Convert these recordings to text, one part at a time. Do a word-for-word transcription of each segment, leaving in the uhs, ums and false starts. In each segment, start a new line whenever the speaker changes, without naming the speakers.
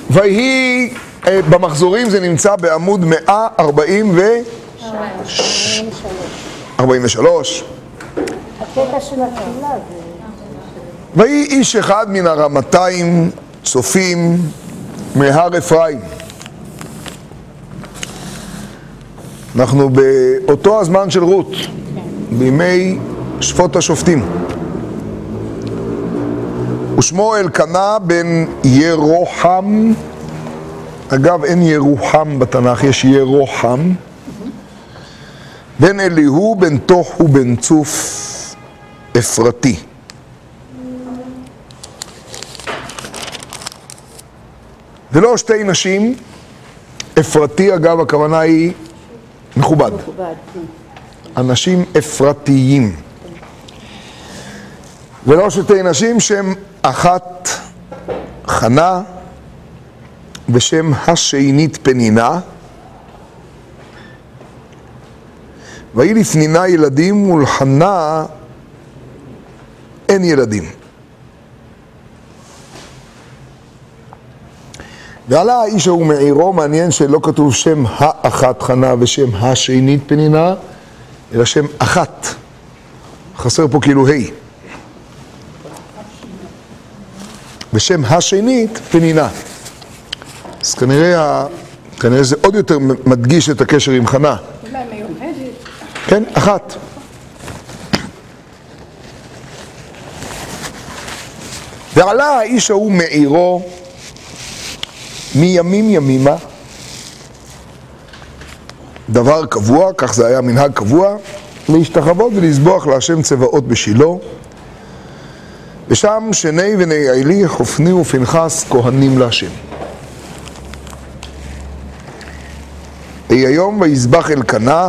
ויהי, במחזורים זה נמצא בעמוד מאה ארבעים ושלוש.
הקטע של התפילה זה...
ויהי איש אחד מן הרמתיים צופים מהר אפרים. אנחנו באותו הזמן של רות, בימי שפוט השופטים. ושמו אלקנה בן ירוחם. אגב, אין ירוחם בתנ"ך, יש ירוחם. בן אליהו בן תוחו בן צוף אפרתי. ולא שתי נשים. אפרתי, אגב, הכוונה היא מכובד. אנשים אפרתיים. ולא שתי נשים שם אחת חנה ושם השנית פנינה. ויהי לפנינה ילדים ולחנה אין ילדים. ועלה האיש ההוא מעירו, מעניין שלא כתוב שם האחת חנה ושם השנית פנינה, אלא שם אחת. חסר פה כאילו ה'. ושם השנית פנינה. אז כנראה, כנראה זה עוד יותר מדגיש את הקשר עם חנה.
אולי מיוחדת.
כן, אחת. ועלה האיש ההוא מעירו מימים ימימה, דבר קבוע, כך זה היה מנהג קבוע, להשתחוות ולסבוח להשם צבאות בשילה. ושם שני בני עלי חופני ופנחס כהנים להשם. היום ויזבח אלקנה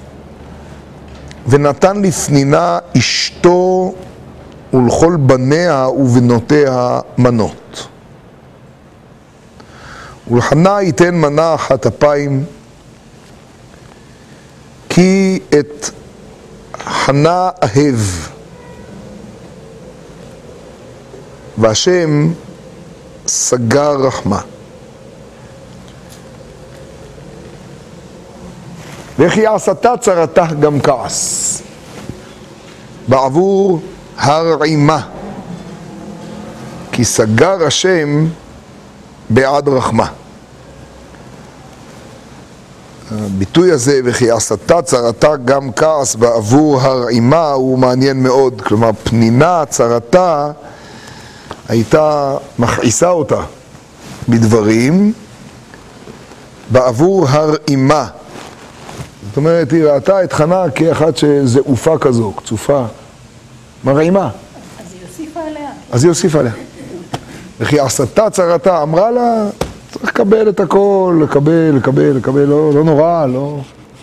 ונתן לפנינה אשתו ולכל בניה ובנותיה מנות. ולחנה ייתן מנה אחת אפיים, כי את חנה אהב, והשם סגר רחמה. וכי עשתה צרתה גם כעס, בעבור הרעימה, כי סגר השם בעד רחמה. הביטוי הזה, וכי עשתה צרתה גם כעס בעבור הרעימה, הוא מעניין מאוד. כלומר, פנינה צרתה הייתה מכעיסה אותה בדברים בעבור הרעימה. זאת אומרת, היא ראתה את חנה כאחת שזעופה כזו, קצופה, מרעימה.
אז היא הוסיפה עליה.
אז היא הוסיפה עליה. וכי עשתה צרתה, אמרה לה, צריך לקבל את הכל, לקבל, לקבל, לקבל, לא, לא נורא, לא...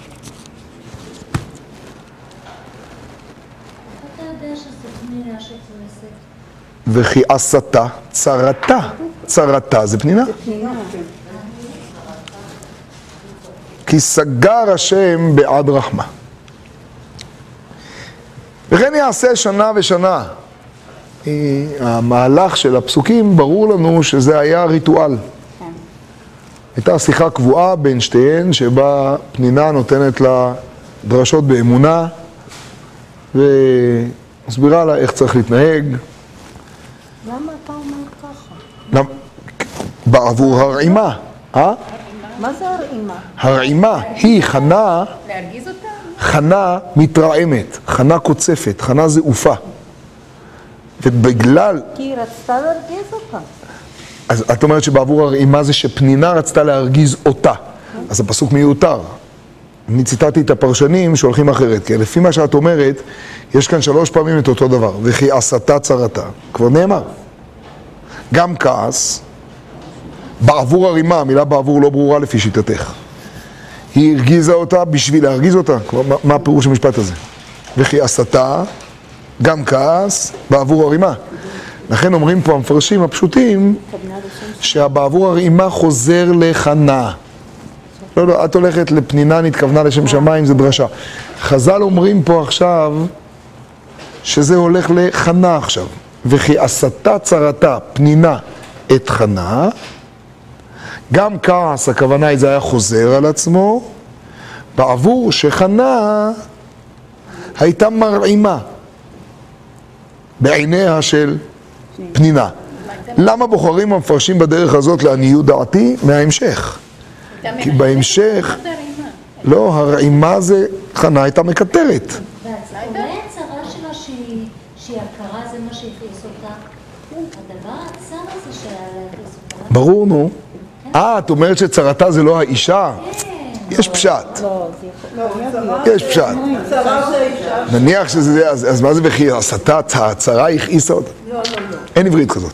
וכי עשתה צרתה, צרתה זה פנינה. כי סגר השם בעד רחמה. וכן יעשה שנה ושנה. המהלך של הפסוקים ברור לנו שזה היה ריטואל. הייתה שיחה קבועה בין שתיהן שבה פנינה נותנת לה דרשות באמונה ומסבירה לה איך צריך להתנהג.
למה אתה אומר ככה?
למ... בעבור הרעימה. אה?
מה זה הרעימה?
הרעימה היא חנה,
להרגיז אותה?
חנה מתרעמת, חנה קוצפת, חנה זעופה. ובגלל...
כי היא רצתה להרגיז אותה.
אז את אומרת שבעבור הרעימה זה שפנינה רצתה להרגיז אותה. אז הפסוק מיותר. אני ציטטתי את הפרשנים שהולכים אחרת, כי לפי מה שאת אומרת, יש כאן שלוש פעמים את אותו דבר. וכי עשתה צרתה, כבר נאמר. גם כעס, בעבור הרעימה, המילה בעבור לא ברורה לפי שיטתך. היא הרגיזה אותה בשביל להרגיז אותה. כבר, מה, מה הפירוש המשפט הזה? וכי עשתה, גם כעס, בעבור הרעימה. לכן אומרים פה המפרשים הפשוטים, שהבעבור הרעימה חוזר לחנה. לא, לא, את הולכת לפנינה נתכוונה לשם שמיים, זה דרשה. חז"ל אומרים פה עכשיו, שזה הולך לחנה עכשיו. וכי עשתה צרתה פנינה את חנה, גם כעס, הכוונה היא זה היה חוזר על עצמו, בעבור שחנה הייתה מרעימה בעיניה של פנינה. למה בוחרים המפרשים בדרך הזאת לעניות דעתי? מההמשך. כי בהמשך, לא, הרעימה זה, חנה הייתה מקטרת.
אולי הצרה שלה שהיא הכרה זה מה שהכניס אותה? הדבר הצר הזה שהיה להכניס אותה?
ברור, נו. אה, את אומרת שצרתה זה לא האישה? יש פשט. יש פשט. נניח שזה, אז מה זה בכי? הסתה, הצרה הכעיסה אותה? לא, לא, לא. אין עברית כזאת.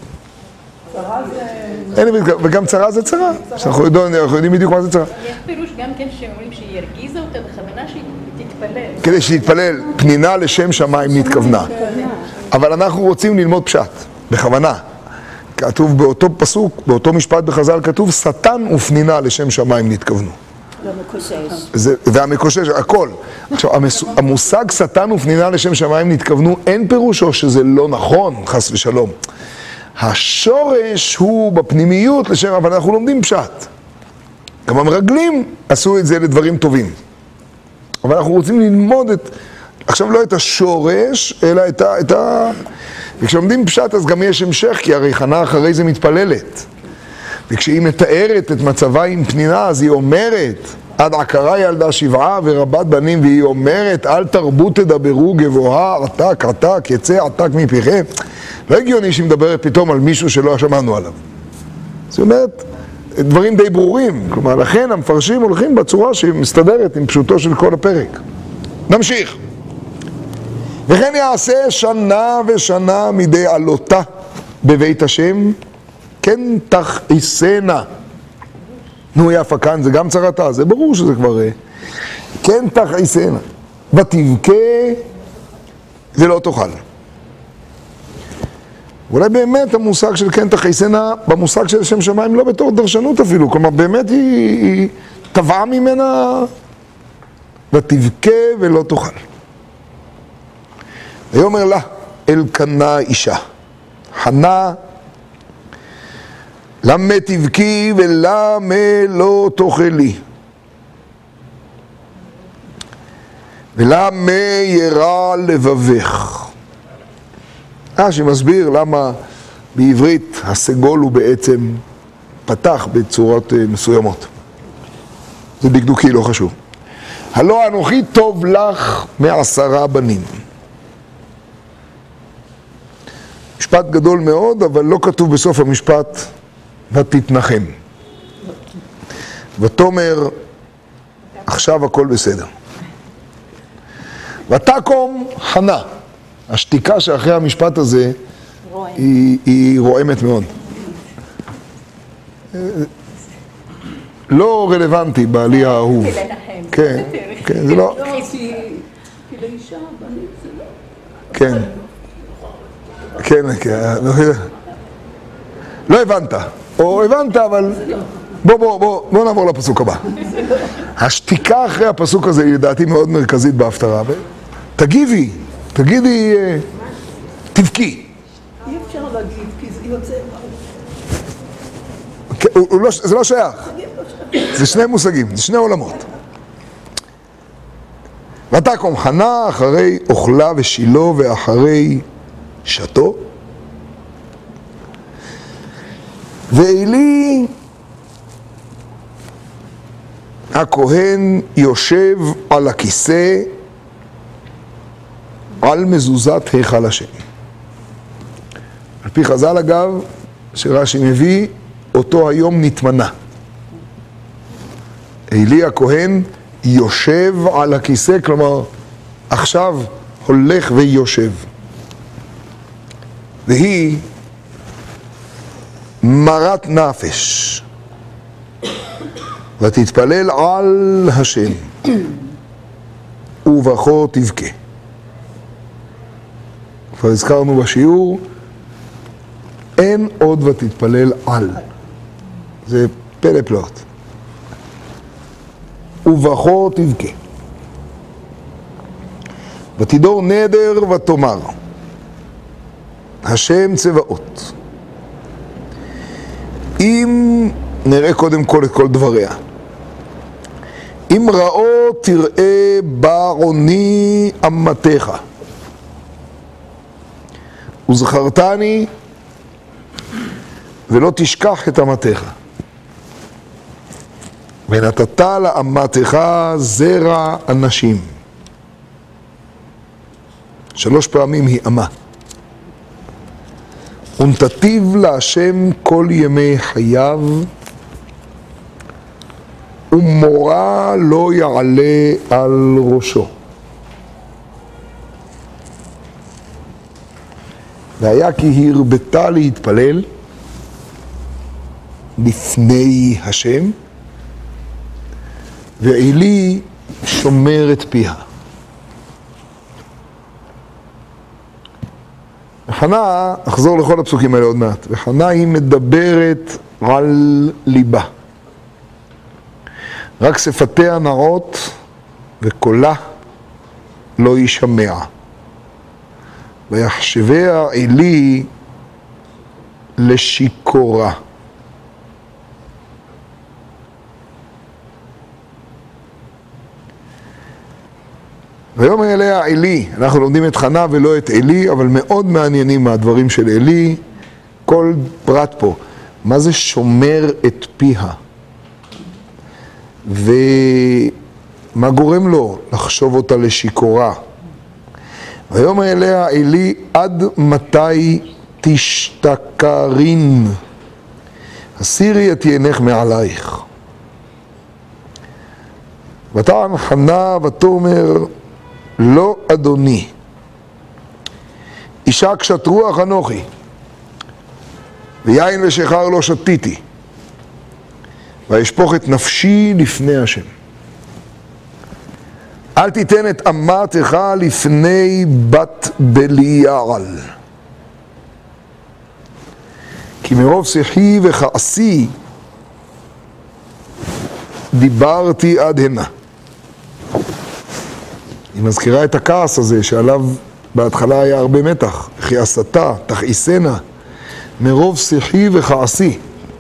אין עברית כזאת, וגם צרה זה צרה. אנחנו יודעים בדיוק מה זה צרה.
יש פירוש גם כן שאומרים שהיא הרגיזה אותה בכוונה שהיא תתפלל.
כדי שתתפלל, פנינה לשם שמיים נתכוונה. אבל אנחנו רוצים ללמוד פשט, בכוונה. כתוב באותו פסוק, באותו משפט בחז"ל כתוב, שטן ופנינה לשם שמיים נתכוונו. והמקושש, הכל. עכשיו, המושג שטן ופנינה לשם שמיים נתכוונו, אין פירושו שזה לא נכון, חס ושלום. השורש הוא בפנימיות לשם, אבל אנחנו לומדים פשט. גם המרגלים עשו את זה לדברים טובים. אבל אנחנו רוצים ללמוד את, עכשיו לא את השורש, אלא את ה... את ה... וכשלומדים פשט אז גם יש המשך, כי הרי חנה אחרי זה מתפללת. וכשהיא מתארת את מצבה עם פנינה, אז היא אומרת, עד עקרה ילדה שבעה ורבת בנים, והיא אומרת, אל תרבו תדברו גבוהה, עתק, עתק, יצא עתק מפיכם. לא הגיוני שהיא מדברת פתאום על מישהו שלא שמענו עליו. זאת אומרת, דברים די ברורים. כלומר, לכן המפרשים הולכים בצורה שהיא מסתדרת עם פשוטו של כל הפרק. נמשיך. וכן יעשה שנה ושנה מדי עלותה בבית השם, כן תכעיסנה. נו יפה כאן, זה גם צרתה, זה ברור שזה כבר... כן תכעיסנה. ותבכה ולא תאכל. אולי באמת המושג של כן תכעיסנה, במושג של שם שמיים לא בתור דרשנות אפילו, כלומר באמת היא, היא טבעה ממנה, ותבכה ולא תאכל. ויאמר לה, אלקנה אישה, חנה, למה תבכי ולמה לא תאכלי? ולמה ירע לבבך? אה, שמסביר למה בעברית הסגול הוא בעצם פתח בצורות מסוימות. זה דקדוקי, לא חשוב. הלא אנוכי טוב לך מעשרה בנים. משפט גדול מאוד, אבל לא כתוב בסוף המשפט ותתנחם. ותאמר, עכשיו הכל בסדר. ותקום חנה. השתיקה שאחרי המשפט הזה היא, היא רועמת מאוד. לא רלוונטי בעלי האהוב. כן, כן, זה לא... כן. כן, כן, לא הבנת, או הבנת, אבל בוא, בוא, בוא, בוא נעבור לפסוק הבא. השתיקה אחרי הפסוק הזה היא לדעתי מאוד מרכזית בהפטרה. תגיבי, תגידי, תבכי.
אי אפשר להגיד, כי זה יוצא...
זה לא שייך, זה שני מושגים, זה שני עולמות. ותקום חנה אחרי אוכלה ושילו ואחרי שתו, ואלי הכהן יושב על הכיסא על מזוזת היכל השם. על פי חז"ל אגב, שרש"י מביא, אותו היום נתמנה. אלי הכהן יושב על הכיסא, כלומר עכשיו הולך ויושב. והיא מרת נפש ותתפלל על השם ובכו תבכה. כבר הזכרנו בשיעור, אין עוד ותתפלל על, זה פלא פלאות. ובכו תבכה ותדור נדר ותאמר, השם צבאות, אם נראה קודם כל את כל דבריה. אם ראו תראה בעוני אמתך, וזכרתני ולא תשכח את אמתך, ונתת לאמתך זרע אנשים. שלוש פעמים היא אמה. ונתתיו להשם כל ימי חייו, ומורה לא יעלה על ראשו. והיה כי הרבתה להתפלל לפני השם, ועילי שומר את פיה. וחנה, אחזור לכל הפסוקים האלה עוד מעט, וחנה היא מדברת על ליבה. רק שפתיה נעות וקולה לא יישמע. ויחשביה עילי לשיכורה. ויאמר אליה עילי, אנחנו לומדים את חנה ולא את עילי, אבל מאוד מעניינים מהדברים של עילי, כל פרט פה. מה זה שומר את פיה? ומה גורם לו לחשוב אותה לשיכורה? ויאמר אליה עילי, עד מתי תשתכרין? הסירי את עינך מעלייך. ותען חנה ותאמר, לא אדוני, אישה קשת רוח אנוכי, ויין ושחר לא שתיתי, וישפוך את נפשי לפני השם. אל תיתן את אמתך לפני בת בליעל, כי מרוב שיחי וכעסי דיברתי עד הנה. היא מזכירה את הכעס הזה שעליו בהתחלה היה הרבה מתח, כעסתה, תכעיסנה, מרוב שיחי וכעסי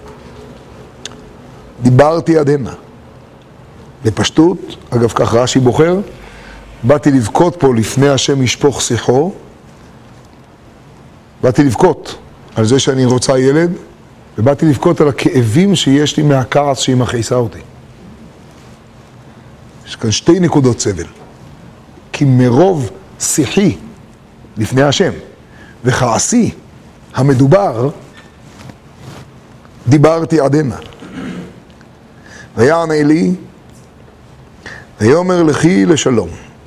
דיברתי עד הנה. בפשטות, אגב כך רש"י בוחר, באתי לבכות פה לפני השם ישפוך שיחו, באתי לבכות על זה שאני רוצה ילד, ובאתי לבכות על הכאבים שיש לי מהכעס שהיא מכעיסה אותי. יש כאן שתי נקודות סבל. כי מרוב שיחי לפני השם וכעסי המדובר, דיברתי עד הנה. ויען עילי, ויאמר לכי לשלום.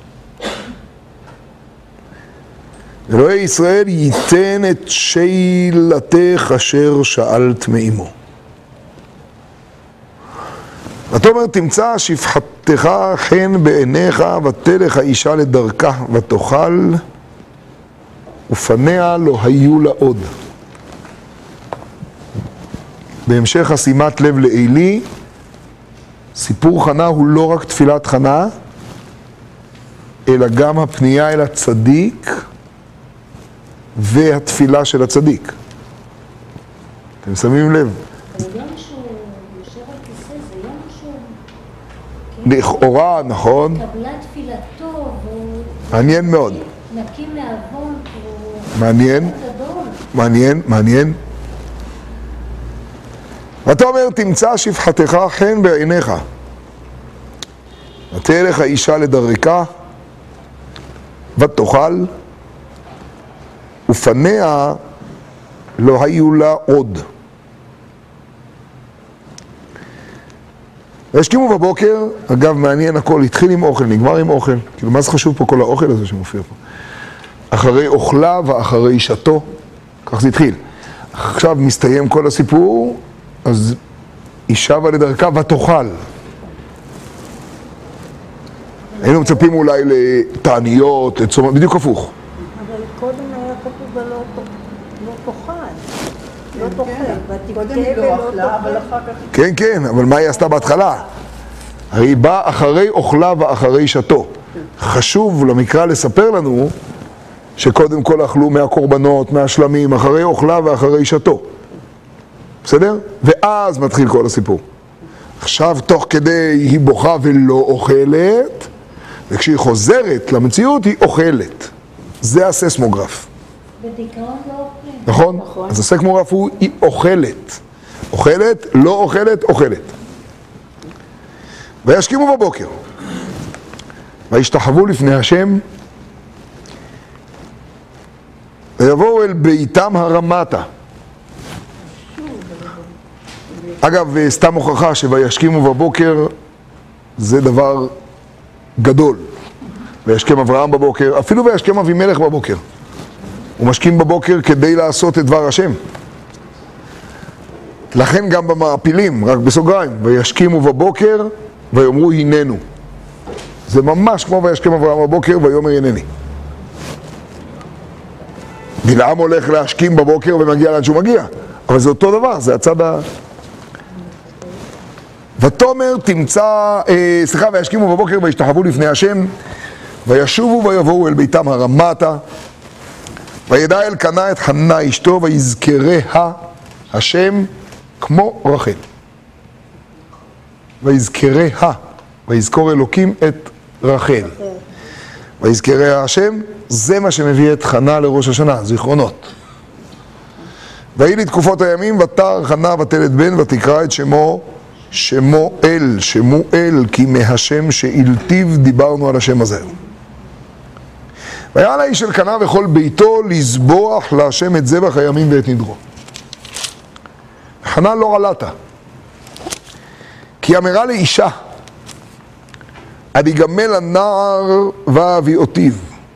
אלוהי ישראל ייתן את שאלתך אשר שאלת מאמו. ותאמר תמצא שפחתך חן בעיניך, ותלך האישה לדרכה ותאכל, ופניה לא היו לה עוד. בהמשך השימת לב לעילי, סיפור חנה הוא לא רק תפילת חנה, אלא גם הפנייה אל הצדיק והתפילה של הצדיק. אתם שמים לב?
זה יום שהוא יושב על כיסא, זה יום שהוא...
לכאורה, נכון.
קבלה תפילתו, והוא...
מעניין מאוד.
נקי מעוון, הוא...
מעניין. מעניין, מעניין. ותאמר תמצא שפחתך חן בעיניך, ותלך האישה לדרכה ותאכל, ופניה לא היו לה עוד. והשכימו בבוקר, אגב מעניין הכל, התחיל עם אוכל, נגמר עם אוכל, כאילו מה זה חשוב פה כל האוכל הזה שמופיע פה? אחרי אוכלה ואחרי שתו, כך זה התחיל. עכשיו מסתיים כל הסיפור, אז היא שבה לדרכה ותאכל. היינו מצפים אולי לתעניות, בדיוק הפוך.
אבל קודם היה כתוב ולא תאכל. לא תאכל. קודם היא לא אכלה, אבל אחר כך...
כן, כן, אבל מה היא עשתה בהתחלה? הרי היא באה אחרי אוכלה ואחרי שתו. חשוב למקרא לספר לנו שקודם כל אכלו מהקורבנות, מהשלמים, אחרי אוכלה ואחרי שתו. בסדר? ואז מתחיל כל הסיפור. עכשיו, תוך כדי היא בוכה ולא אוכלת, וכשהיא חוזרת למציאות היא אוכלת. זה הססמוגרף.
בדיכאון לא אוכלים.
נכון? נכון. אז הססמוגרף הוא, היא אוכלת. אוכלת, לא אוכלת, אוכלת. וישכימו בבוקר, וישתחוו לפני השם, ויבואו אל ביתם הרמתה. אגב, סתם הוכחה שוישכימו בבוקר זה דבר גדול. וישכם אברהם בבוקר, אפילו וישכם אבימלך בבוקר. הוא משכים בבוקר כדי לעשות את דבר השם. לכן גם במעפילים, רק בסוגריים, וישכימו בבוקר ויאמרו הננו. זה ממש כמו וישכם אברהם בבוקר ויאמר הנני. בלעם הולך להשכים בבוקר ומגיע לאן שהוא מגיע, אבל זה אותו דבר, זה הצד ה... ותאמר תמצא, אה, סליחה, וישכימו בבוקר וישתחוו לפני השם, וישובו ויבואו אל ביתם הרמתה, וידע אלקנה את חנה אשתו, ויזכריה השם כמו רחל. ויזכריה, ויזכור אלוקים את רחל. ויזכריה השם, זה מה שמביא את חנה לראש השנה, זיכרונות. ויהי לי תקופות הימים, ותר חנה ותלד בן, ותקרא את שמו שמואל, שמואל, כי מהשם שאילתיו דיברנו על השם הזה. והיה לאיש אלקנה וכל ביתו לזבוח להשם את זבח הימים ואת נדרו. חנה לא עלתה, כי אמרה לאישה, עד יגמל הנער ואביאותיו,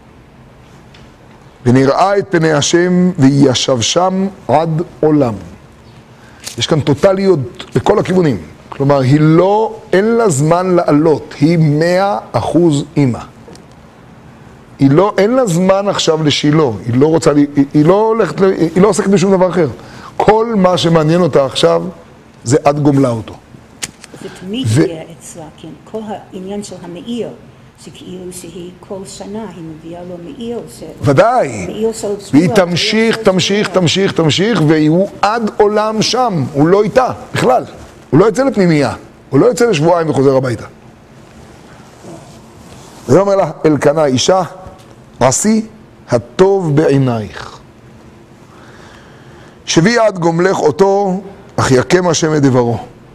ונראה את פני השם וישב שם עד עולם. יש כאן טוטליות בכל הכיוונים. כלומר, היא לא, אין לה זמן לעלות, היא מאה אחוז אימא. היא לא, אין לה זמן עכשיו לשילה, היא לא רוצה, היא, היא לא הולכת, היא לא עוסקת בשום דבר אחר. כל מה שמעניין אותה עכשיו, זה עד גומלה אותו.
זה תמיד יהיה אצלה, כן, כל העניין של המאיר, שכאילו שהיא כל שנה, היא מביאה לו מאיר,
ודאי, והיא תמשיך, תמשיך, תמשיך, תמשיך, והוא עד עולם שם, הוא לא איתה, בכלל. הוא לא יוצא לפנימייה, הוא לא יוצא לשבועיים וחוזר הביתה. זה אומר לה, אלקנה אישה, עשי הטוב בעינייך. שבי עד גומלך אותו, אך יקם השם את דברו.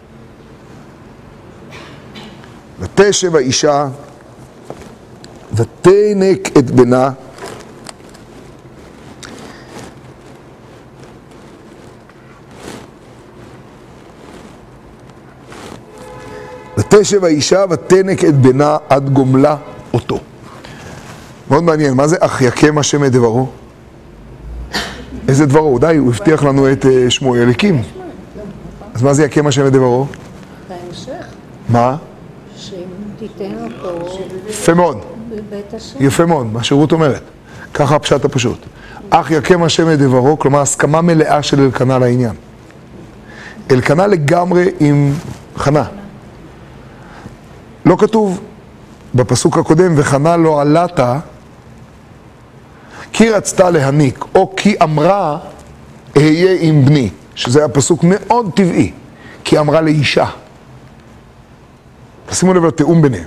ותשב האישה, ותנק את בנה, ותשב האישה ותנק את בנה עד גומלה אותו. מאוד מעניין, מה זה אך יקם השם את דברו? איזה דברו? די, הוא הבטיח לנו את שמואל הקים. אז מה זה יקם השם את דברו?
בהמשך.
מה?
שאם תיתן אותו...
יפה מאוד.
בבית השם.
יפה מאוד, מה שרות אומרת. ככה הפשט הפשוט. אך יקם השם את דברו, כלומר הסכמה מלאה של אלקנה לעניין. אלקנה לגמרי עם חנה. לא כתוב בפסוק הקודם, וחנה לא עלתה, כי רצתה להניק, או כי אמרה, אהיה עם בני, שזה היה פסוק מאוד טבעי, כי אמרה לאישה. שימו לב לתאום ביניהם.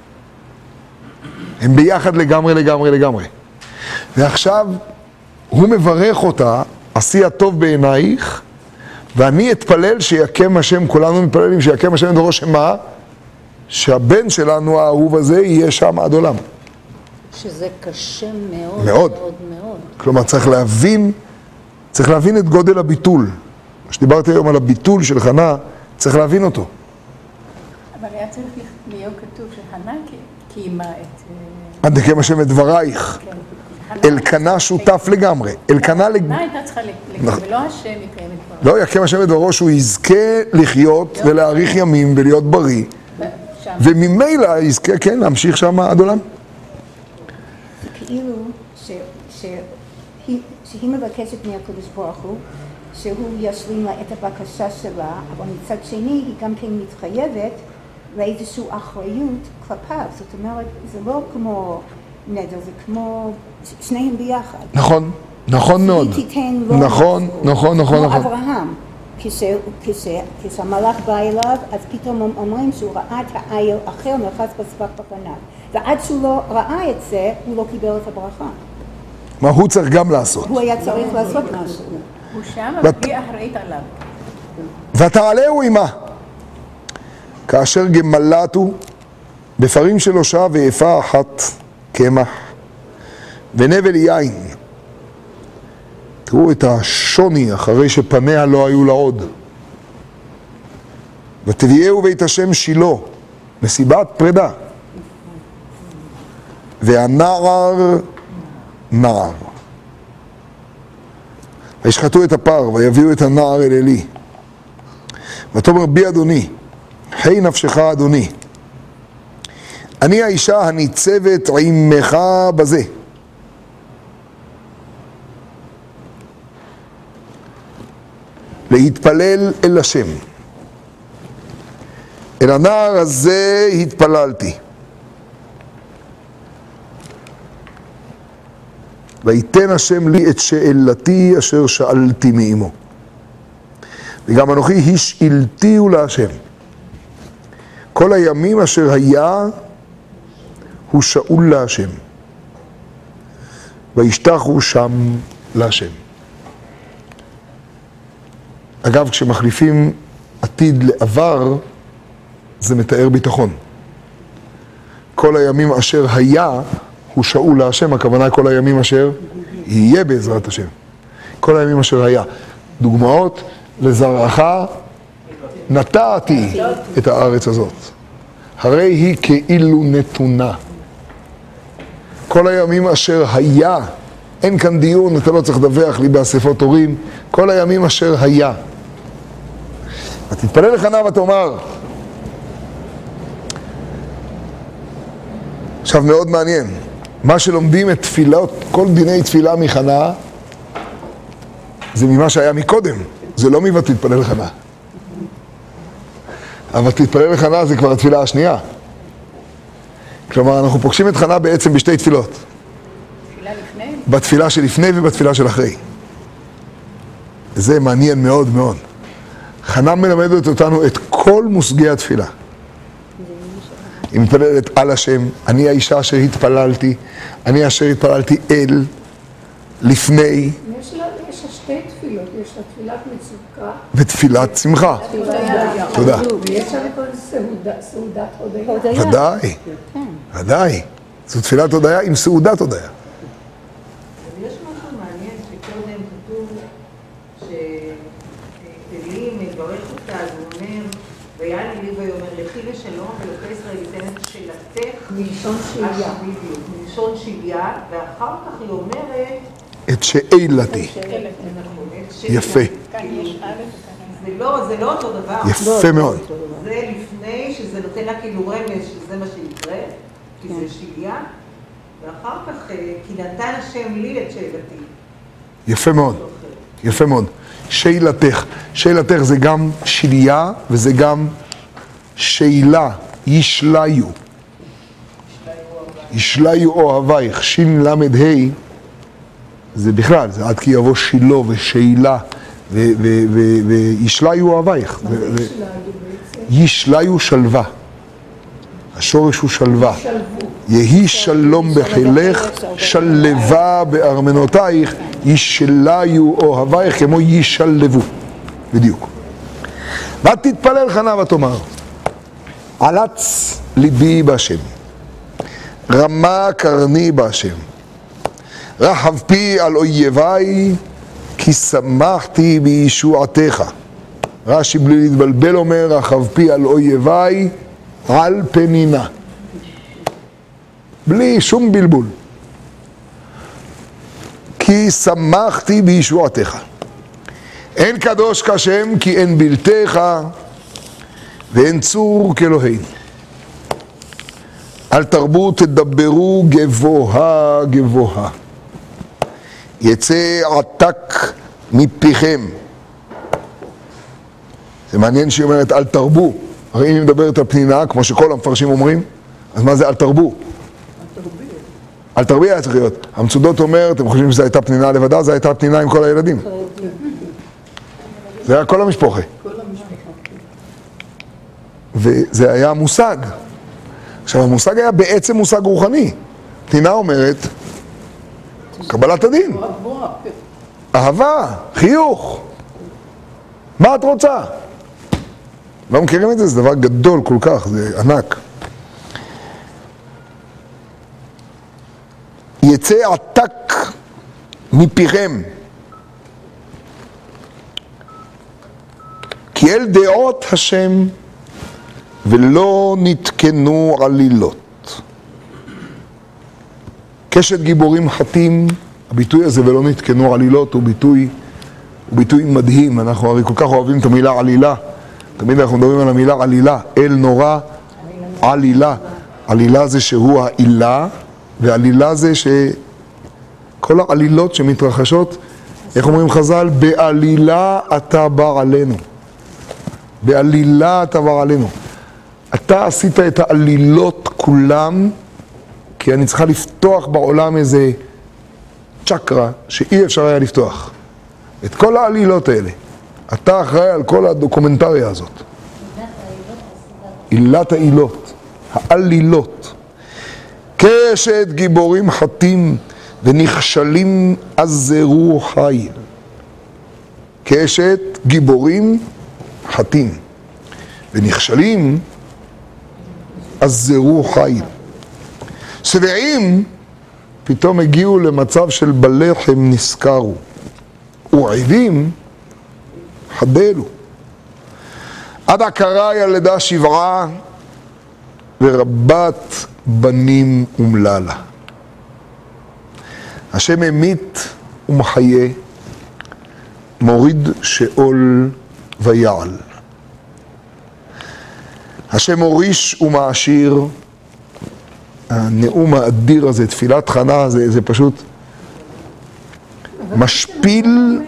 הם ביחד לגמרי, לגמרי, לגמרי. ועכשיו, הוא מברך אותה, עשי הטוב בעינייך, ואני אתפלל שיקם השם, כולנו מתפללים שיקם השם דברו, שמה? שהבן שלנו, האהוב הזה, יהיה שם עד עולם.
שזה קשה מאוד,
מאוד,
מאוד, מאוד.
כלומר, צריך להבין, צריך להבין את גודל הביטול. כשדיברתי היום על הביטול של חנה, צריך להבין אותו.
אבל היה צריך להיות כתוב שחנה קיימה את...
עד יקם השם את דברייך. אלקנה שותף לגמרי. אלקנה לג...
חנה הייתה צריכה לקיים, ולא השם יקיים את דברו.
לא, יקם השם את דברו שהוא יזכה לחיות ולהאריך ימים ולהיות בריא. וממילא יזכה, כן, להמשיך שם עד עולם.
כאילו שהיא מבקשת מהקדוש ברוך הוא, שהוא ישלים לה את הבקשה שלה, אבל מצד שני היא גם כן מתחייבת לאיזושהי אחריות כלפיו. זאת אומרת, זה לא כמו נדר, זה כמו שניהם ביחד.
נכון, נכון מאוד.
היא תיתן לו
נכון, נכון, נכון,
כמו
נכון.
אברהם. כשהמלאך בא אליו, אז פתאום אומרים שהוא ראה את העיל אחר נרחץ בסבך בפניו. ועד שהוא לא ראה את זה, הוא לא קיבל את הברכה.
מה הוא צריך גם לעשות?
הוא היה צריך לעשות משהו.
הוא שם, אבל היא אחראית עליו.
ותעלהו עמה, כאשר גמלתו בפרים שלושה ואפה אחת קמח ונבל יין. תראו את השוני אחרי שפניה לא היו לעוד. ותביאהו בית השם שילה, מסיבת פרידה. והנער נער. וישחטו את הפר ויביאו את הנער אל אלי. ותאמר בי אדוני, חי נפשך אדוני, אני האישה הניצבת עמך בזה. להתפלל אל השם. אל הנער הזה התפללתי. ויתן השם לי את שאלתי אשר שאלתי מאמו. וגם אנוכי השאלתיהו להשם. כל הימים אשר היה הוא שאול להשם. וישתחו שם להשם. אגב, כשמחליפים עתיד לעבר, זה מתאר ביטחון. כל הימים אשר היה הוא שאול להשם, הכוונה כל הימים אשר יהיה בעזרת השם. כל הימים אשר היה. דוגמאות, לזרעך נטעתי את הארץ הזאת. הרי היא כאילו נתונה. כל הימים אשר היה, אין כאן דיון, אתה לא צריך לדווח לי באספות הורים, כל הימים אשר היה. ותתפלל לחנה ותאמר. עכשיו מאוד מעניין, מה שלומדים את תפילות, כל דיני תפילה מחנה, זה ממה שהיה מקודם, זה לא מ"ותתפלל לחנה". אבל תתפלל לחנה זה כבר התפילה השנייה. כלומר, אנחנו פוגשים את חנה בעצם בשתי תפילות.
תפילה לפני?
בתפילה שלפני ובתפילה של אחרי. זה מעניין מאוד מאוד. חנה מלמדת אותנו את כל מושגי התפילה. היא מתפללת על השם, אני האישה אשר התפללתי, אני אשר התפללתי אל, לפני.
יש לה שתי תפילות, יש לה תפילת מצוקה.
ותפילת שמחה. תודה.
ויש לה כל סעודת הודיה.
ודאי, ודאי. זו תפילת הודיה עם סעודת הודיה.
יש משהו מעניין שקודם כתוב שאלי מברך אותה, אז הוא אומר, ויען אלי ויאמר לכי לשלום ולוקי ישראל ייתן את שאלתך
מלשון שהייה.
מלשון שהייה, ואחר כך היא אומרת
את שאלתי. יפה.
זה לא, זה לא אותו דבר.
יפה מאוד.
זה לפני שזה נותן לה כאילו רמז שזה מה שיקרה, כי זה שהייה, ואחר כך כי נתן השם לי את שאלתי.
יפה מאוד. יפה מאוד. שאלתך. שאלתך זה גם שליה וזה גם שאלה. ישליו. ישליו אוהבייך. שין למד ה' זה בכלל, זה עד כי יבוא שילה ושאלה וישליו אוהבייך. ישליו שלווה. השורש הוא שלווה. יהי שלום בחילך, שלווה בארמנותייך, ישליו אוהבייך כמו ישלבו. בדיוק. ותתפלל חנה ותאמר, עלץ ליבי בהשם, רמה קרני בהשם, רחב פי על אויביי, כי שמחתי בישועתך. רש"י בלי להתבלבל אומר, רחב פי על אויביי, על פנינה. בלי שום בלבול. כי שמחתי בישועתך. אין קדוש כשם כי אין בלתך, ואין צור כאלוהינו. אל תרבו תדברו גבוהה גבוהה. יצא עתק מפיכם. זה מעניין שהיא אומרת אל תרבו. הרי אם היא מדברת על פנינה, כמו שכל המפרשים אומרים, אז מה זה אל תרבו? אל תרבי היה צריך להיות. המצודות אומר, אתם חושבים שזו הייתה פנינה לבדה, זו הייתה פנינה עם כל הילדים. זה היה כל המשפחה.
כל המשפחה.
וזה היה מושג. עכשיו, המושג היה בעצם מושג רוחני. פנינה אומרת, קבלת הדין. אהבה, חיוך. מה את רוצה? לא מכירים את זה? זה דבר גדול כל כך, זה ענק. יצא עתק מפיכם, כי אל דעות השם ולא נתקנו עלילות. קשת גיבורים חטים, הביטוי הזה ולא נתקנו עלילות הוא ביטוי, הוא ביטוי מדהים. אנחנו הרי כל כך אוהבים את המילה עלילה. תמיד אנחנו מדברים על המילה עלילה, אל נורא עלילה. עלילה זה שהוא העילה, ועלילה זה שכל העלילות שמתרחשות, איך אומרים חז"ל? בעלילה אתה בא עלינו. בעלילה אתה בא עלינו. אתה עשית את העלילות כולם, כי אני צריכה לפתוח בעולם איזה צ'קרה שאי אפשר היה לפתוח. את כל העלילות האלה. אתה אחראי על כל הדוקומנטריה הזאת. עילת העילות, העלילות. קשת גיבורים חטים ונכשלים עזרו חיל. קשת גיבורים חטים ונכשלים עזרו חיל. שבעים פתאום הגיעו למצב של בלחם נזכרו, ורעבים חדלו. עד הכרה ילדה שבעה ורבת בנים ומללה. השם ממית ומחיה, מוריד שאול ויעל. השם מוריש ומעשיר. הנאום האדיר הזה, תפילת חנה, זה, זה פשוט משפיל.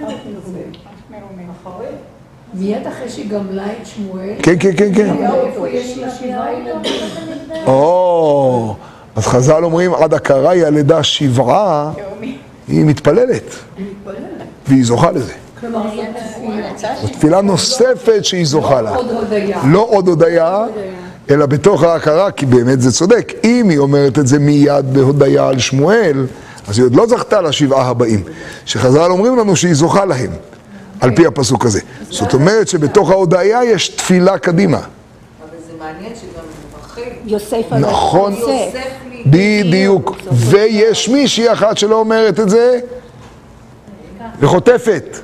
מיד אחרי שגמלה את שמואל,
כן, כן, כן, כן.
איפה יש לה שבעה ילדים?
או, אז חז"ל אומרים, עד הכרה ילדה שבעה, היא מתפללת. והיא זוכה לזה.
כלומר,
זו תפילה נוספת שהיא זוכה לה.
עוד הודיה.
לא עוד הודיה, אלא בתוך ההכרה, כי באמת זה צודק. אם היא אומרת את זה מיד בהודיה על שמואל, אז היא עוד לא זכתה לשבעה הבאים. שחז"ל אומרים לנו שהיא זוכה להם, על פי הפסוק הזה. זאת אומרת שבתוך ההודיה יש תפילה קדימה.
אבל זה מעניין שגם רחל,
יוסף
נכון.
יוסף לי,
בדיוק. ויש מישהי אחת שלא אומרת את זה, וחוטפת.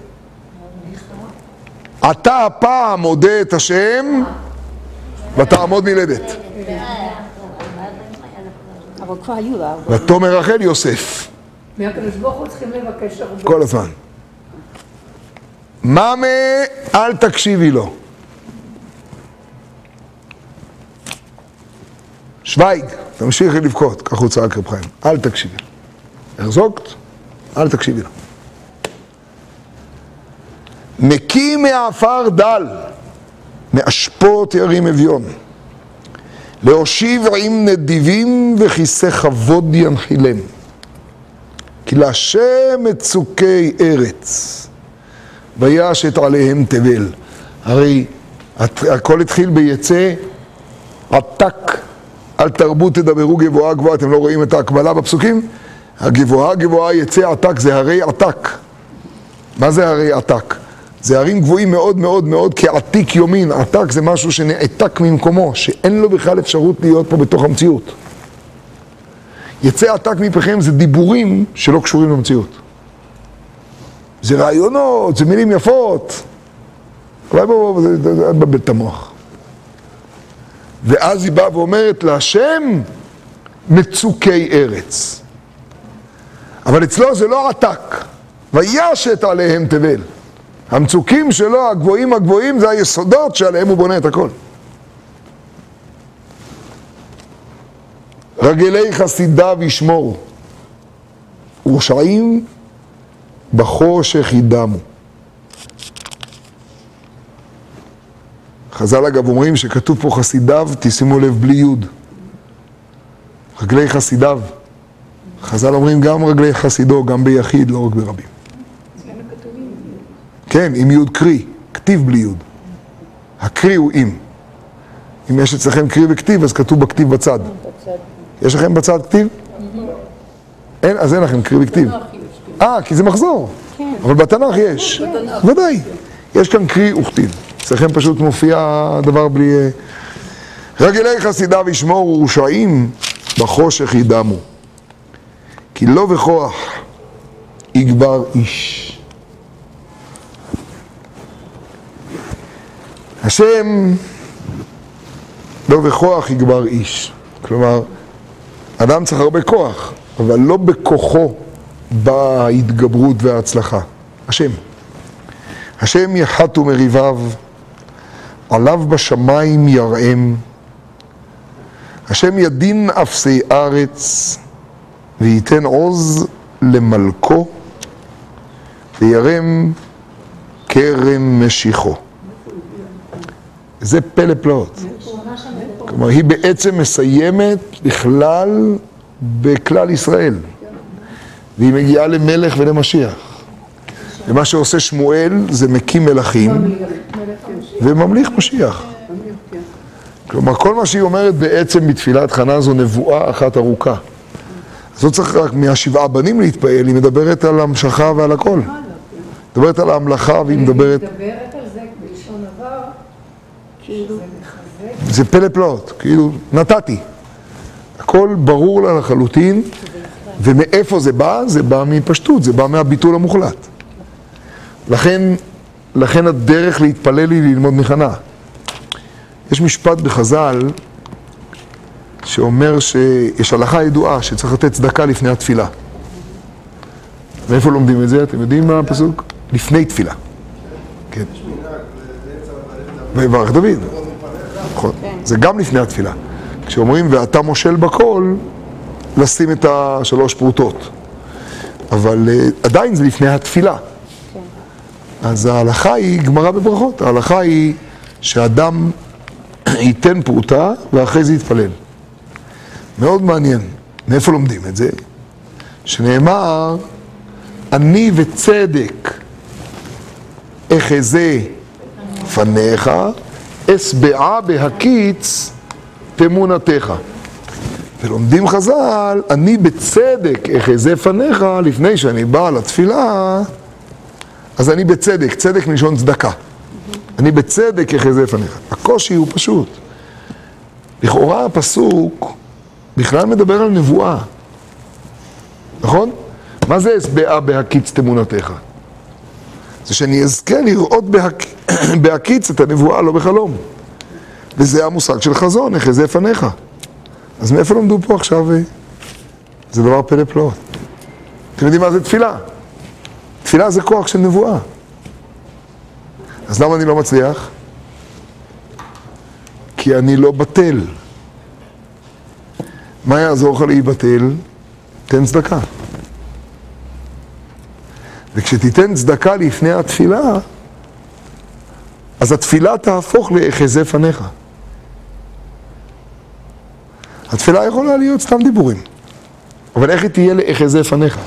אתה הפעם מודה את השם, ותעמוד מלדת.
אבל כבר היו לה.
ותאמר רחל יוסף.
מהקדוש ברוך הוא צריכים לבקש הרבה.
כל הזמן. מאמה, אל תקשיבי לו. שוויג, תמשיכי לבכות, כך הוא צעק רב חיים. אל תקשיבי. הרזוקת, אל תקשיבי לו. נקי מעפר דל, מאשפות ירים אביון. להושיב עם נדיבים וכיסא כבוד ינחילם. כי להשם את צוקי ארץ, וישת עליהם תבל. הרי הכל התחיל ביצא עתק, על תרבות תדברו גבוהה גבוהה. אתם לא רואים את ההקבלה בפסוקים? הגבוהה גבוהה יצא עתק, זה הרי עתק. מה זה הרי עתק? זה הרים גבוהים מאוד מאוד מאוד כעתיק יומין. עתק זה משהו שנעתק ממקומו, שאין לו בכלל אפשרות להיות פה בתוך המציאות. יצא עתק מפכם זה דיבורים שלא קשורים למציאות. זה רעיונות, זה מילים יפות. אולי בואו, זה בבית את המוח. ואז היא באה ואומרת להשם מצוקי ארץ. אבל אצלו זה לא עתק. וישת עליהם תבל. המצוקים שלו, הגבוהים הגבוהים, זה היסודות שעליהם הוא בונה את הכל. רגלי חסידיו ישמור, ורשעים בחושך ידמו. חז"ל אגב אומרים שכתוב פה חסידיו, תשימו לב בלי יוד. רגלי חסידיו. חז"ל אומרים גם רגלי חסידו, גם ביחיד, לא רק ברבים. כן, עם יוד קרי. כתיב בלי יוד. הקרי הוא אם. אם יש אצלכם קרי וכתיב, אז כתוב בכתיב בצד. יש לכם בצד כתיב? אין, אז אין לכם קרי וכתיב. אה, כי זה מחזור. אבל בתנ"ך יש. ודאי. יש כאן קרי וכתיב. אצלכם פשוט מופיע דבר בלי... רגלי חסידיו ישמורו ורשעים בחושך ידמו. כי לא בכוח יגבר איש. השם לא בכוח יגבר איש. כלומר, אדם צריך הרבה כוח, אבל לא בכוחו באה ההתגברות וההצלחה. השם. השם יחתו מריביו, עליו בשמיים ירעם. השם ידין אפסי ארץ, וייתן עוז למלכו, וירם כרם משיחו. זה פלא פלאות. כלומר, היא בעצם מסיימת בכלל בכלל ישראל. והיא מגיעה למלך ולמשיח. ומה שעושה שמואל זה מקים מלכים וממליך משיח. כלומר, כל מה שהיא אומרת בעצם בתפילת חנה זו נבואה אחת ארוכה. אז לא צריך רק מהשבעה בנים להתפעל, היא מדברת על המשכה ועל הכל. מדברת על ההמלכה והיא מדברת...
היא מדברת על זה בלשון עבר, שזה מחזק.
זה פלא פלאות, כאילו, נתתי. הכל ברור לה לחלוטין, ומאיפה זה בא? זה בא מפשטות, זה בא מהביטול המוחלט. לכן, לכן הדרך להתפלל היא ללמוד מחנה. יש משפט בחז"ל שאומר שיש הלכה ידועה שצריך לתת צדקה לפני התפילה. מאיפה לומדים את זה? אתם יודעים מה הפסוק? לפני תפילה. כן. ויברך דוד. נכון. זה גם לפני התפילה. כשאומרים ואתה מושל בכל, לשים את השלוש פרוטות. אבל עדיין זה לפני התפילה. אז ההלכה היא גמרא בברכות. ההלכה היא שאדם ייתן פרוטה ואחרי זה יתפלל. מאוד מעניין. מאיפה לומדים את זה? שנאמר, אני וצדק אחזה פניך, אשבעה בהקיץ תמונתך. ולומדים חז"ל, אני בצדק אחזה פניך, לפני שאני בא לתפילה, אז אני בצדק, צדק מלשון צדקה. אני בצדק אחזה פניך. הקושי הוא פשוט. לכאורה הפסוק בכלל מדבר על נבואה. נכון? מה זה אשבעה בהקיץ תמונתך? זה שאני אזכה לראות בהק... בהקיץ את הנבואה, לא בחלום. וזה המושג של חזון, אחזה פניך. אז מאיפה למדו פה עכשיו? זה דבר פלא פלאות. אתם יודעים מה זה תפילה? תפילה זה כוח של נבואה. אז למה אני לא מצליח? כי אני לא בטל. מה יעזור לך להיבטל? תן צדקה. וכשתיתן צדקה לפני התפילה, אז התפילה תהפוך לאחזה פניך. התפילה יכולה להיות סתם דיבורים. אבל איך היא תהיה לאחזה פניך?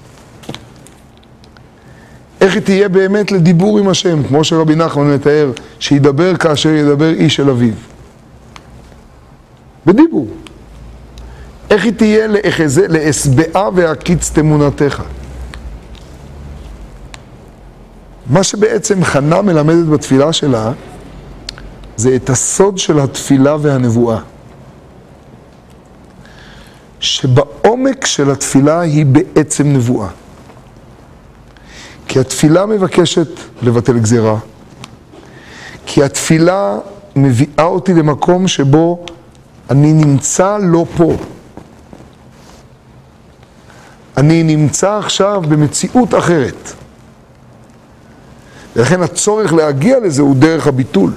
איך היא תהיה באמת לדיבור עם השם, כמו שרבי נחמן מתאר, שידבר כאשר ידבר איש אל אביו. בדיבור. איך היא תהיה לאחזה, לאשבעה והקיץ תמונתך? מה שבעצם חנה מלמדת בתפילה שלה, זה את הסוד של התפילה והנבואה. שבעומק של התפילה היא בעצם נבואה. כי התפילה מבקשת לבטל גזירה. כי התפילה מביאה אותי למקום שבו אני נמצא לא פה. אני נמצא עכשיו במציאות אחרת. ולכן הצורך להגיע לזה הוא דרך הביטול.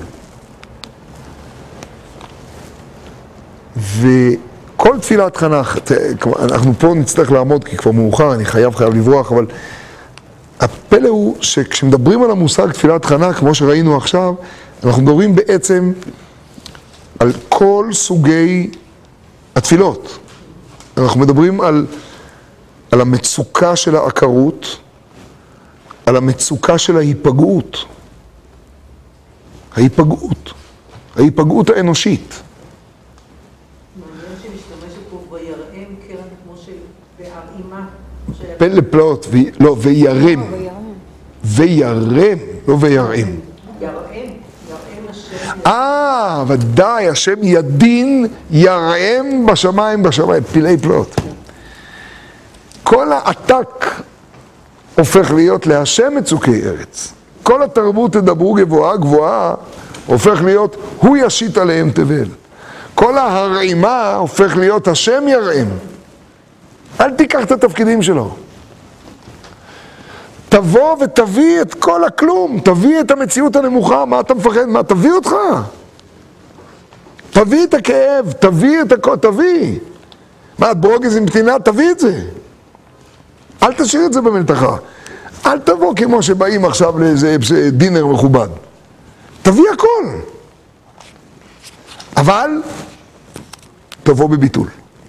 וכל תפילת חנך, אנחנו פה נצטרך לעמוד כי כבר מאוחר, אני חייב חייב לברוח, אבל הפלא הוא שכשמדברים על המושג תפילת חנך, כמו שראינו עכשיו, אנחנו מדברים בעצם על כל סוגי התפילות. אנחנו מדברים על, על המצוקה של העקרות, על המצוקה של ההיפגעות. ההיפגעות, ההיפגעות האנושית.
מעניין שמשתמשת פה ויראם קרן כמו של בהרעימה.
פלא פלאות, ו... לא, וירם. וירם, לא וירם.
יראם, יראם השם.
אה, ודאי, השם ידין ירם בשמיים בשמיים, פלאי פלאות. כל העתק הופך להיות להשם מצוקי ארץ. כל התרבות תדברו גבוהה גבוהה, הופך להיות הוא ישית עליהם תבל. כל ההרעימה הופך להיות השם ירעם. אל תיקח את התפקידים שלו. תבוא ותביא את כל הכלום, תביא את המציאות הנמוכה, מה אתה מפחד? מה, תביא אותך. תביא את הכאב, תביא את הכל, תביא. מה, את ברוגז עם פתינה? תביא את זה. אל תשאיר את זה במלתחה. אל תבוא כמו שבאים עכשיו לאיזה דינר מכובד. תביא הכל. אבל תבוא בביטול.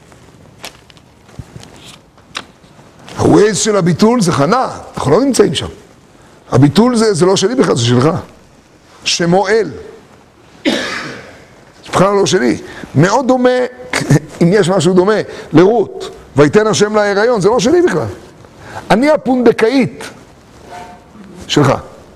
הווייז של הביטול זה חנה, אנחנו לא נמצאים שם. הביטול זה, זה לא שלי בכלל, זה שלך. שמו אל. זה בכלל לא שלי. מאוד דומה, אם יש משהו דומה, לרות. ויתן השם להיריון, זה לא שלי בכלל. אני הפונדקאית שלך.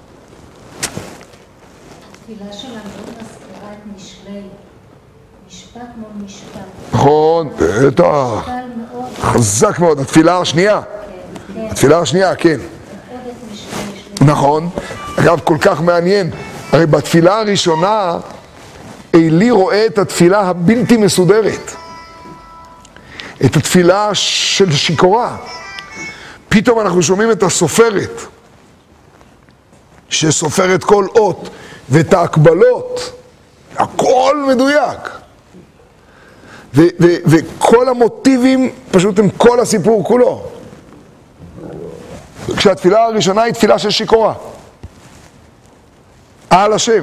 התפילה שלנו מזכירה את משלי, משפט מול משפט.
נכון, בטח.
משקל מאוד,
חזק מאוד. התפילה השנייה.
כן, כן,
התפילה השנייה, כן.
עוד את משלי שלי.
נכון. אגב, כל כך מעניין. הרי בתפילה הראשונה, אלי רואה את התפילה הבלתי מסודרת. את התפילה של שיכורה. פתאום אנחנו שומעים את הסופרת, שסופרת כל אות, ואת ההקבלות. הכל מדויק. ו- ו- וכל המוטיבים פשוט הם כל הסיפור כולו. כשהתפילה הראשונה היא תפילה של שיכורה. על השם.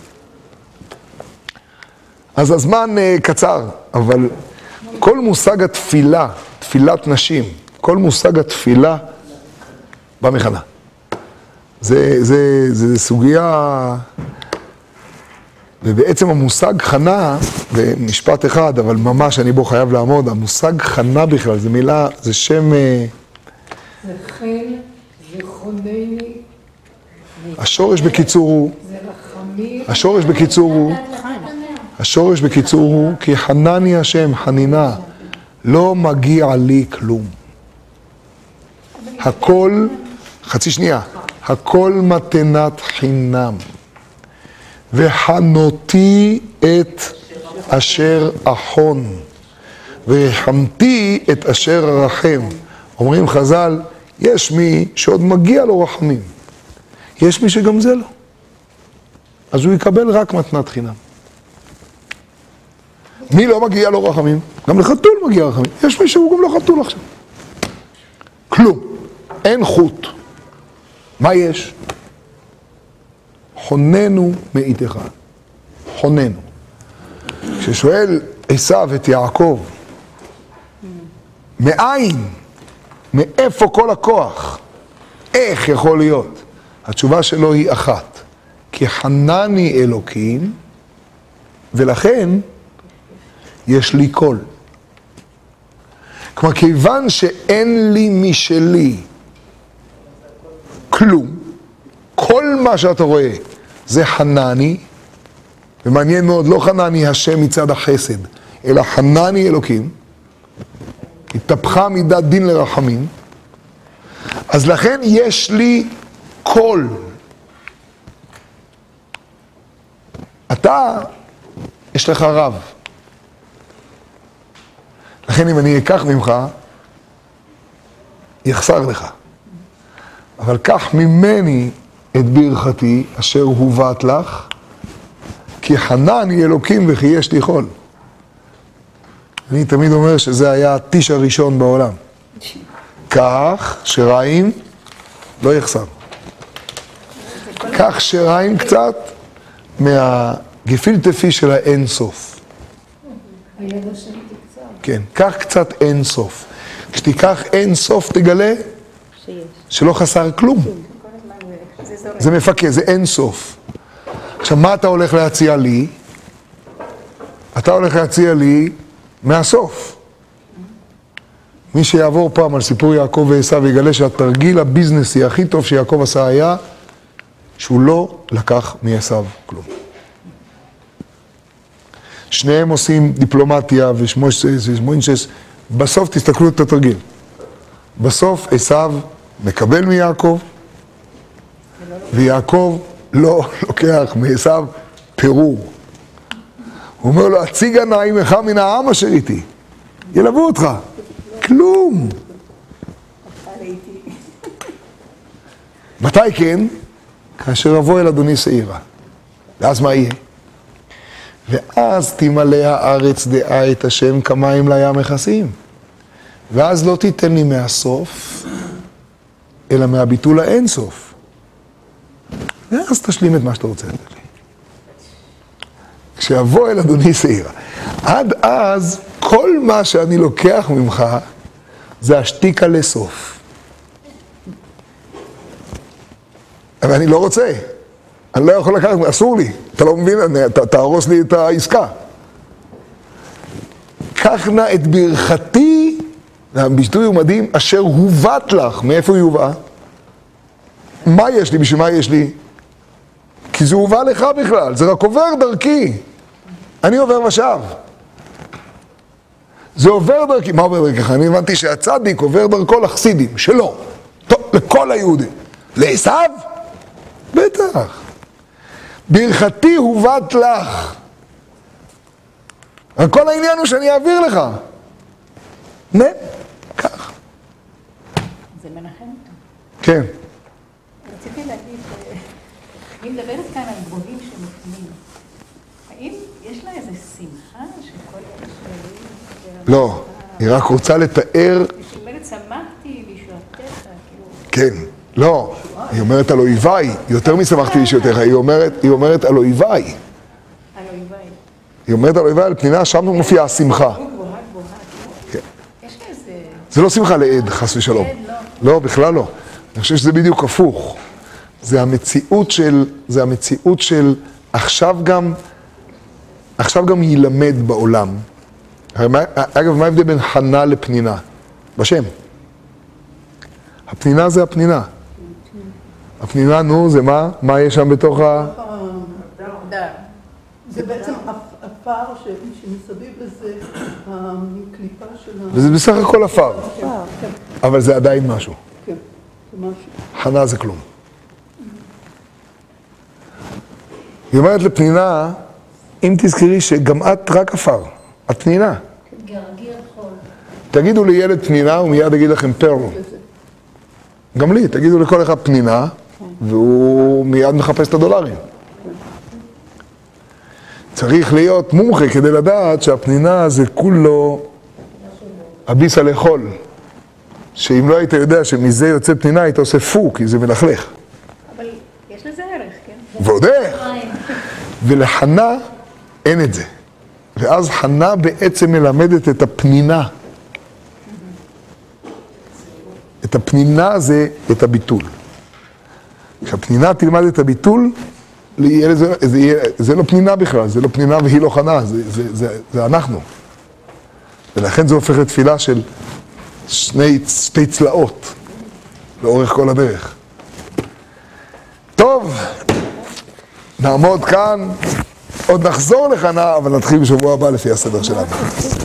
אז הזמן uh, קצר, אבל כל מושג התפילה, תפילת נשים, כל מושג התפילה במכנה. זה, זה, זה סוגיה, ובעצם המושג חנה, במשפט אחד, אבל ממש אני בו חייב לעמוד, המושג חנה בכלל, זה מילה, זה שם...
זה חן, זה חונני.
השורש בקיצור הוא,
זה רחמים.
השורש בקיצור הוא, השורש בקיצור הוא, כי חנני השם, חנינה, לא מגיע לי כלום. הכל, חצי שנייה, הכל מתנת חינם. וחנותי את אשר אחון, ורחמתי את אשר ארחם. אומרים חז"ל, יש מי שעוד מגיע לו רחמים. יש מי שגם זה לא. אז הוא יקבל רק מתנת חינם. מי לא מגיע לו רחמים? גם לחתול מגיע רחמים. יש מי שהוא גם לא חתול עכשיו. כלום. אין חוט. מה יש? חוננו מאיתך. חוננו. כששואל עשיו את יעקב, מאין? מאיפה כל הכוח? איך יכול להיות? התשובה שלו היא אחת. כי חנני אלוקים, ולכן יש לי קול. כלומר, כיוון שאין לי משלי כלום, כל מה שאתה רואה זה חנני, ומעניין מאוד, לא חנני השם מצד החסד, אלא חנני אלוקים, התהפכה מידת דין לרחמים, אז לכן יש לי קול. אתה, יש לך רב. לכן אם אני אקח ממך, יחסר לך. אבל קח ממני את ברכתי אשר הובאת לך, כי חנני אלוקים וכי יש לי חול. אני תמיד אומר שזה היה הטיש הראשון בעולם. כך שרעים לא יחסר. כך שרעים קצת מהגפילטפי של האין סוף.
הידע שלי תקצר.
כן, כך קצת אין סוף. כשתיקח אין סוף תגלה שלא חסר כלום. זה מפקד, זה אין סוף. עכשיו, מה אתה הולך להציע לי? אתה הולך להציע לי מהסוף. מי שיעבור פעם על סיפור יעקב ועשיו יגלה שהתרגיל הביזנסי הכי טוב שיעקב עשה היה שהוא לא לקח מעשיו כלום. שניהם עושים דיפלומטיה ושמוינשס, בסוף תסתכלו את התרגיל. בסוף עשיו מקבל מיעקב, ויעקב לא לוקח מעשיו פירור. הוא אומר לו, הציג נא עמך מן העם אשר איתי, ילוו אותך. כלום. מתי כן? כאשר אבוא אל אדוני שעירה. ואז מה יהיה? ואז תמלא הארץ דעה את השם כמים לים מכסים. ואז לא תיתן לי מהסוף, אלא מהביטול האין סוף. ואז תשלים את מה שאתה רוצה לתת לי. כשאבוא אל אדוני שעירה. עד אז, כל מה שאני לוקח ממך, זה השתיקה לסוף. אבל אני לא רוצה. אני לא יכול לקחת, אסור לי. אתה לא מבין, אתה תהרוס לי את העסקה. קח נא את ברכתי, והביטוי הוא מדהים, אשר הובט לך. מאיפה היא הובאה? מה יש לי? בשביל מה יש לי? כי זה הובא לך בכלל, זה רק עובר דרכי. אני עובר ושב. זה עובר דרכי. מה עובר דרכך? אני הבנתי שהצדיק עובר דרכו לחסידים, שלא. טוב, לכל היהודים. לעשיו? בטח. ברכתי הובט לך. כל העניין הוא שאני אעביר לך. נה, כך.
זה מנחם אותו.
כן.
רציתי להגיד, אני מדברת כאן על גבוהים שמפנים. האם יש לה איזו שמחה שכל אלה שאלוהים...
לא, היא רק רוצה לתאר...
היא אומרת, שמחתי בישועתך, כאילו...
כן, לא, היא אומרת על אויביי, יותר משמחתי בישועתך, היא אומרת, היא אומרת על אויביי.
על אויביי.
היא אומרת על אויביי, על פנינה, שם מופיעה השמחה.
גבוהה גבוהה,
כן.
יש לה איזה...
זה לא שמחה לעד, חס ושלום. לא, בכלל לא. אני חושב שזה בדיוק הפוך. זה המציאות של, זה המציאות של עכשיו גם, עכשיו גם ילמד בעולם. אגב, מה ההבדל בין חנה לפנינה? בשם. הפנינה זה הפנינה. הפנינה, נו, זה מה? מה יש שם בתוך ה...
דר.
זה בעצם עפר שמסביב לזה הקליפה של ה...
וזה בסך הכל עפר. אבל זה עדיין משהו.
כן, זה משהו.
חנה זה כלום. היא אומרת לפנינה, אם תזכרי שגם את רק עפר, את פנינה.
גרגיר חול.
תגידו לי ילד פנינה, הוא מיד יגיד לכם פרל. גם לי, תגידו לכל אחד פנינה, והוא מיד מחפש את הדולרים. צריך להיות מומחה כדי לדעת שהפנינה זה כולו אביסה לאכול. שאם לא היית יודע שמזה יוצא פנינה, היית עושה פו, כי זה מלכלך.
אבל יש לזה ערך, כן?
ועוד איך. ולחנה אין את זה. ואז חנה בעצם מלמדת את הפנינה. את הפנינה זה את הביטול. כשהפנינה תלמד את הביטול, זה, זה, זה, זה לא פנינה בכלל, זה לא פנינה והיא לא חנה, זה, זה, זה, זה אנחנו. ולכן זה הופך לתפילה של שני, שתי צלעות לאורך כל הדרך. טוב, נעמוד כאן, עוד נחזור לחנה, אבל נתחיל בשבוע הבא לפי הסדר שלנו.